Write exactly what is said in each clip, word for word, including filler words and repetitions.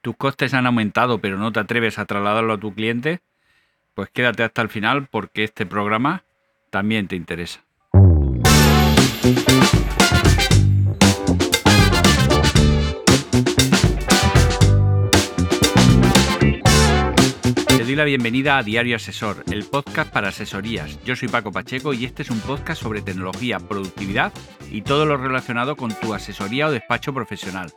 tus costes han aumentado pero no te atreves a trasladarlo a tu cliente, pues quédate hasta el final porque este programa también te interesa. Te doy la bienvenida a Diario Asesor, el podcast para asesorías. Yo soy Paco Pacheco y este es un podcast sobre tecnología, productividad y todo lo relacionado con tu asesoría o despacho profesional.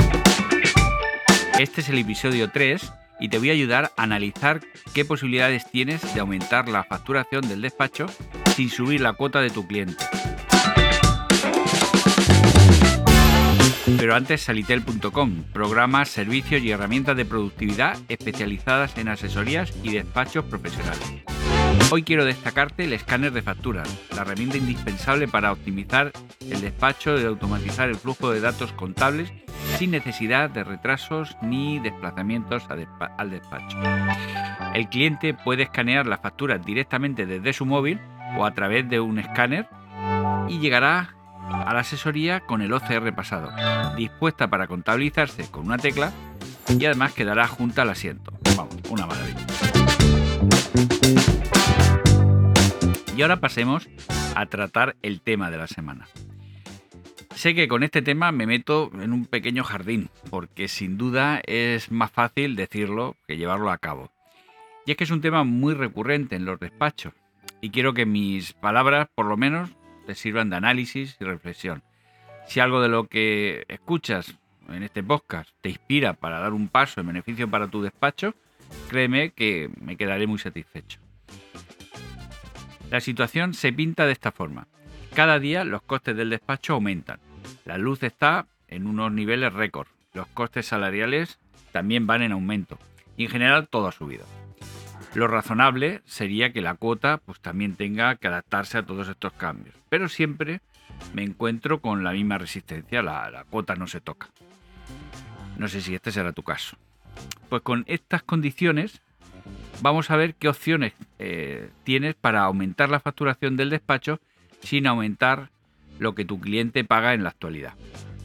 Este es el episodio tres y te voy a ayudar a analizar qué posibilidades tienes de aumentar la facturación del despacho sin subir la cuota de tu cliente. Pero antes, Salitel punto com, programas, servicios y herramientas de productividad especializadas en asesorías y despachos profesionales. Hoy quiero destacarte el escáner de facturas, la herramienta indispensable para optimizar el despacho y automatizar el flujo de datos contables sin necesidad de retrasos ni desplazamientos al despacho. El cliente puede escanear las facturas directamente desde su móvil o a través de un escáner y llegará a la asesoría con el O C R pasado, dispuesta para contabilizarse con una tecla y además quedará junta al asiento. Vamos, una maravilla. Y ahora pasemos a tratar el tema de la semana. Sé que con este tema me meto en un pequeño jardín, porque sin duda es más fácil decirlo que llevarlo a cabo. Y es que es un tema muy recurrente en los despachos, y quiero que mis palabras, por lo menos, te sirvan de análisis y reflexión. Si algo de lo que escuchas en este podcast te inspira para dar un paso en beneficio para tu despacho, créeme que me quedaré muy satisfecho. La situación se pinta de esta forma. Cada día los costes del despacho aumentan. La luz está en unos niveles récord. Los costes salariales también van en aumento. Y en general todo ha subido. Lo razonable sería que la cuota pues, también tenga que adaptarse a todos estos cambios. Pero siempre me encuentro con la misma resistencia. La, la cuota no se toca. No sé si este será tu caso. Pues con estas condiciones vamos a ver qué opciones eh, tienes para aumentar la facturación del despacho sin aumentar lo que tu cliente paga en la actualidad.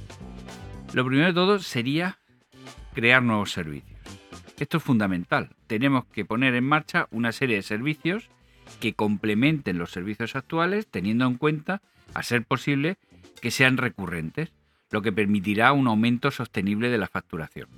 Lo primero de todo sería crear nuevos servicios. Esto es fundamental. Tenemos que poner en marcha una serie de servicios que complementen los servicios actuales, teniendo en cuenta, a ser posible, que sean recurrentes, lo que permitirá un aumento sostenible de la facturación.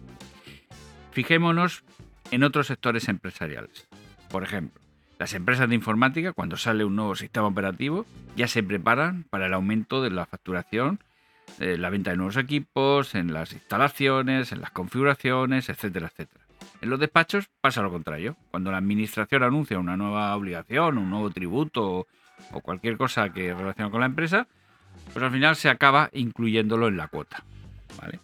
Fijémonos en otros sectores empresariales. Por ejemplo, las empresas de informática, cuando sale un nuevo sistema operativo, ya se preparan para el aumento de la facturación, eh, la venta de nuevos equipos, en las instalaciones, en las configuraciones, etcétera, etcétera. En los despachos pasa lo contrario. Cuando la administración anuncia una nueva obligación, un nuevo tributo o, o cualquier cosa que relaciona con la empresa, pues al final se acaba incluyéndolo en la cuota, ¿vale?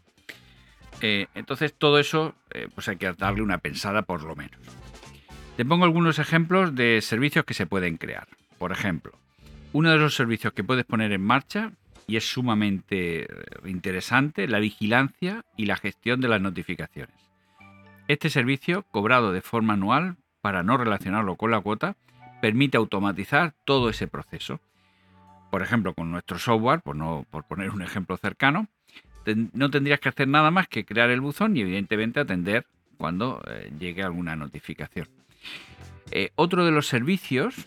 Eh, entonces todo eso eh, pues hay que darle una pensada por lo menos. Te pongo algunos ejemplos de servicios que se pueden crear. Por ejemplo, uno de los servicios que puedes poner en marcha y es sumamente interesante, la vigilancia y la gestión de las notificaciones. Este servicio, cobrado de forma anual para no relacionarlo con la cuota, permite automatizar todo ese proceso. Por ejemplo, con nuestro software, por, no, por poner un ejemplo cercano, no tendrías que hacer nada más que crear el buzón y evidentemente atender cuando eh, llegue alguna notificación. Eh, otro de los servicios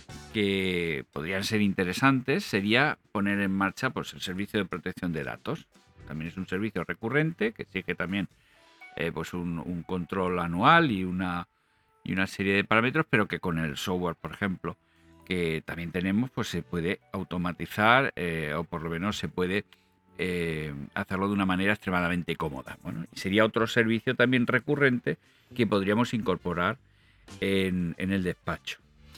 que podrían ser interesantes sería poner en marcha pues, el servicio de protección de datos. También es un servicio recurrente que exige también eh, pues un, un control anual y una, y una serie de parámetros, pero que con el software, por ejemplo, que también tenemos, pues se puede automatizar eh, o por lo menos se puede Eh, hacerlo de una manera extremadamente cómoda. Bueno, y sería otro servicio también recurrente que podríamos incorporar en, en el despacho.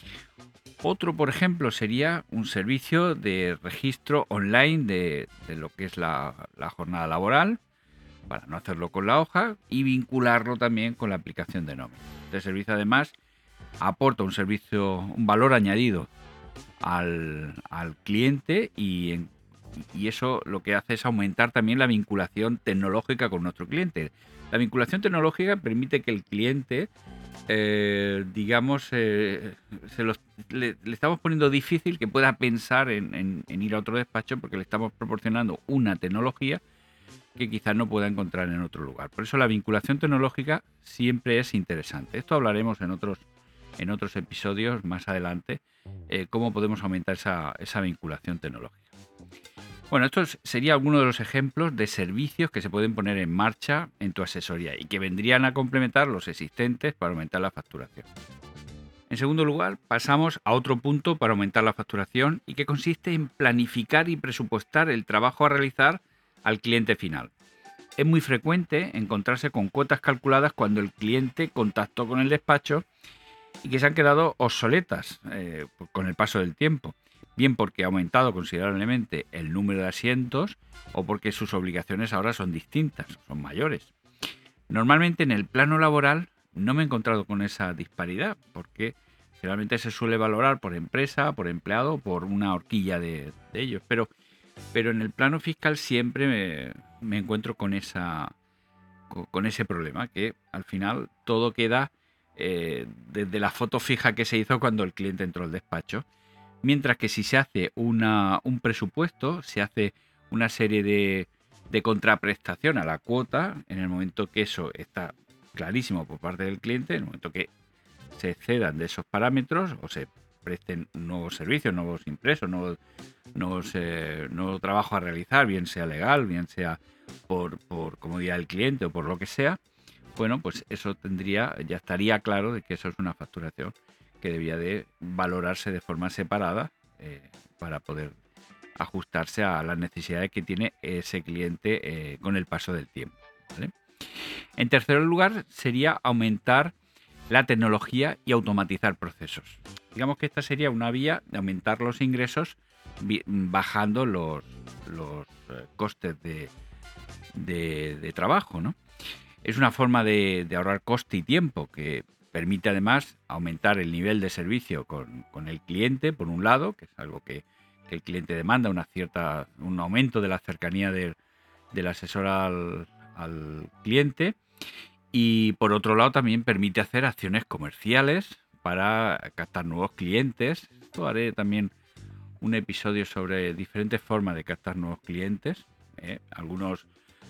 Otro, por ejemplo, sería un servicio de registro online de, de lo que es la, la jornada laboral, para no hacerlo con la hoja y vincularlo también con la aplicación de nómina. Este servicio además aporta un servicio, un valor añadido al, al cliente y en Y eso lo que hace es aumentar también la vinculación tecnológica con nuestro cliente. La vinculación tecnológica permite que el cliente, eh, digamos, eh, se los, le, le estamos poniendo difícil que pueda pensar en, en, en ir a otro despacho porque le estamos proporcionando una tecnología que quizás no pueda encontrar en otro lugar. Por eso la vinculación tecnológica siempre es interesante. Esto hablaremos en otros, en otros episodios más adelante, eh, cómo podemos aumentar esa, esa vinculación tecnológica. Bueno, esto sería alguno de los ejemplos de servicios que se pueden poner en marcha en tu asesoría y que vendrían a complementar los existentes para aumentar la facturación. En segundo lugar, pasamos a otro punto para aumentar la facturación y que consiste en planificar y presupuestar el trabajo a realizar al cliente final. Es muy frecuente encontrarse con cuotas calculadas cuando el cliente contactó con el despacho y que se han quedado obsoletas eh, con el paso del tiempo, bien porque ha aumentado considerablemente el número de asientos o porque sus obligaciones ahora son distintas, son mayores. Normalmente en el plano laboral no me he encontrado con esa disparidad, porque generalmente se suele valorar por empresa, por empleado, por una horquilla de, de ellos, pero, pero en el plano fiscal siempre me, me encuentro con, esa, con, con ese problema, que al final todo queda eh, desde la foto fija que se hizo cuando el cliente entró al despacho. Mientras que si se hace una, un presupuesto, se hace una serie de, de contraprestación a la cuota, en el momento que eso está clarísimo por parte del cliente, en el momento que se excedan de esos parámetros o se presten nuevos servicios, nuevos impresos, nuevos, nuevos, eh, nuevo trabajo a realizar, bien sea legal, bien sea por, por comodidad del cliente o por lo que sea, bueno, pues eso tendría, ya estaría claro de que eso es una facturación que debía de valorarse de forma separada eh, para poder ajustarse a las necesidades que tiene ese cliente eh, con el paso del tiempo, ¿vale? En tercer lugar, sería aumentar la tecnología y automatizar procesos. Digamos que esta sería una vía de aumentar los ingresos bajando los, los costes de, de, de trabajo, ¿no? Es una forma de, de ahorrar coste y tiempo que permite además aumentar el nivel de servicio con, con el cliente, por un lado, que es algo que, que el cliente demanda, una cierta, un aumento de la cercanía de, del asesor al, al cliente. Y por otro lado también permite hacer acciones comerciales para captar nuevos clientes. Esto haré también un episodio sobre diferentes formas de captar nuevos clientes. ¿eh? Algunos,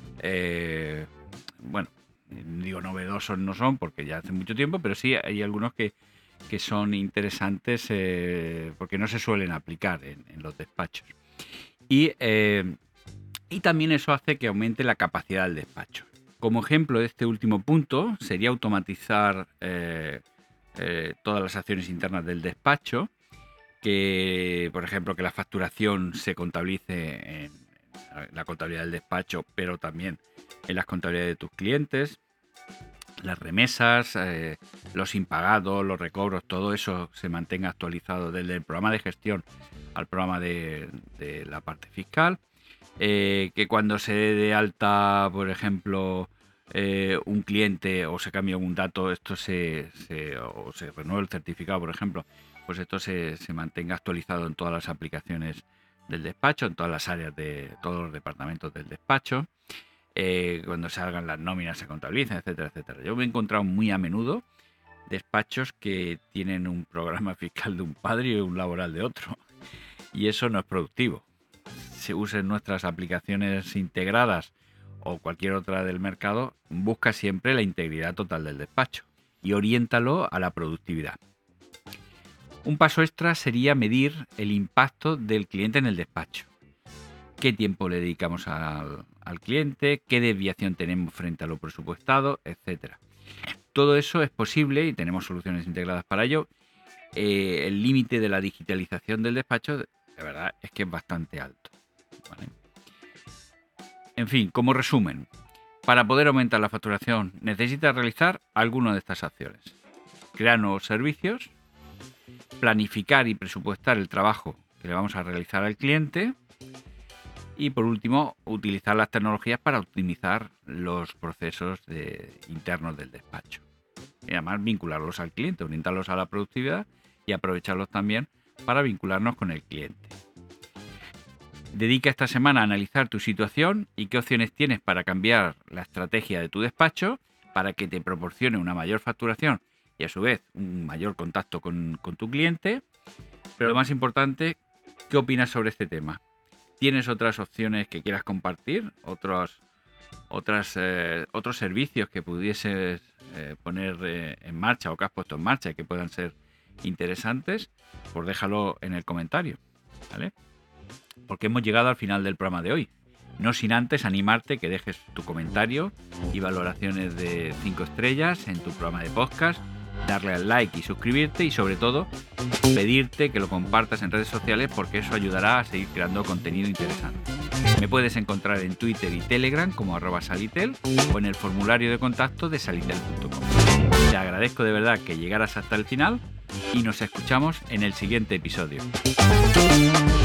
eh, bueno, digo novedosos no son porque ya hace mucho tiempo, pero sí hay algunos que, que son interesantes eh, porque no se suelen aplicar en, en los despachos. Y, eh, y también eso hace que aumente la capacidad del despacho. Como ejemplo de este último punto sería automatizar eh, eh, todas las acciones internas del despacho, que por ejemplo que la facturación se contabilice en la contabilidad del despacho, pero también en las contabilidades de tus clientes, las remesas, eh, los impagados, los recobros, todo eso se mantenga actualizado desde el programa de gestión al programa de, de la parte fiscal. Eh, que cuando se dé de alta, por ejemplo, eh, un cliente o se cambia un dato, esto se, se o se renueva el certificado, por ejemplo, pues esto se, se mantenga actualizado en todas las aplicaciones del despacho, en todas las áreas de todos los departamentos del despacho. Eh, cuando se hagan las nóminas se contabilizan, etcétera, etcétera. Yo me he encontrado muy a menudo despachos que tienen un programa fiscal de un padre y un laboral de otro, y eso no es productivo. Se usen nuestras aplicaciones integradas o cualquier otra del mercado, busca siempre la integridad total del despacho y oriéntalo a la productividad. Un paso extra sería medir el impacto del cliente en el despacho. ¿Qué tiempo le dedicamos al, al cliente? ¿Qué desviación tenemos frente a lo presupuestado? Etcétera. Todo eso es posible y tenemos soluciones integradas para ello. Eh, el límite de la digitalización del despacho, de verdad, es que es bastante alto. ¿Vale? En fin, como resumen, para poder aumentar la facturación necesitas realizar alguna de estas acciones. Crear nuevos servicios, planificar y presupuestar el trabajo que le vamos a realizar al cliente y por último, utilizar las tecnologías para optimizar los procesos de, internos del despacho. Y además vincularlos al cliente, orientarlos a la productividad y aprovecharlos también para vincularnos con el cliente. Dedica esta semana a analizar tu situación y qué opciones tienes para cambiar la estrategia de tu despacho para que te proporcione una mayor facturación y a su vez un mayor contacto con, con tu cliente. Pero lo más importante, ¿qué opinas sobre este tema? ¿Tienes otras opciones que quieras compartir? ¿Otros, otras, eh, otros servicios que pudieses eh, poner eh, en marcha o que has puesto en marcha y que puedan ser interesantes? Pues déjalo en el comentario, ¿vale? Porque hemos llegado al final del programa de hoy. No sin antes animarte que dejes tu comentario y valoraciones de cinco estrellas en tu programa de podcast, darle al like y suscribirte, y sobre todo pedirte que lo compartas en redes sociales, porque eso ayudará a seguir creando contenido interesante. Me puedes encontrar en Twitter y Telegram como arroba salitel o en el formulario de contacto de salitel punto com. Te agradezco de verdad que llegaras hasta el final y nos escuchamos en el siguiente episodio.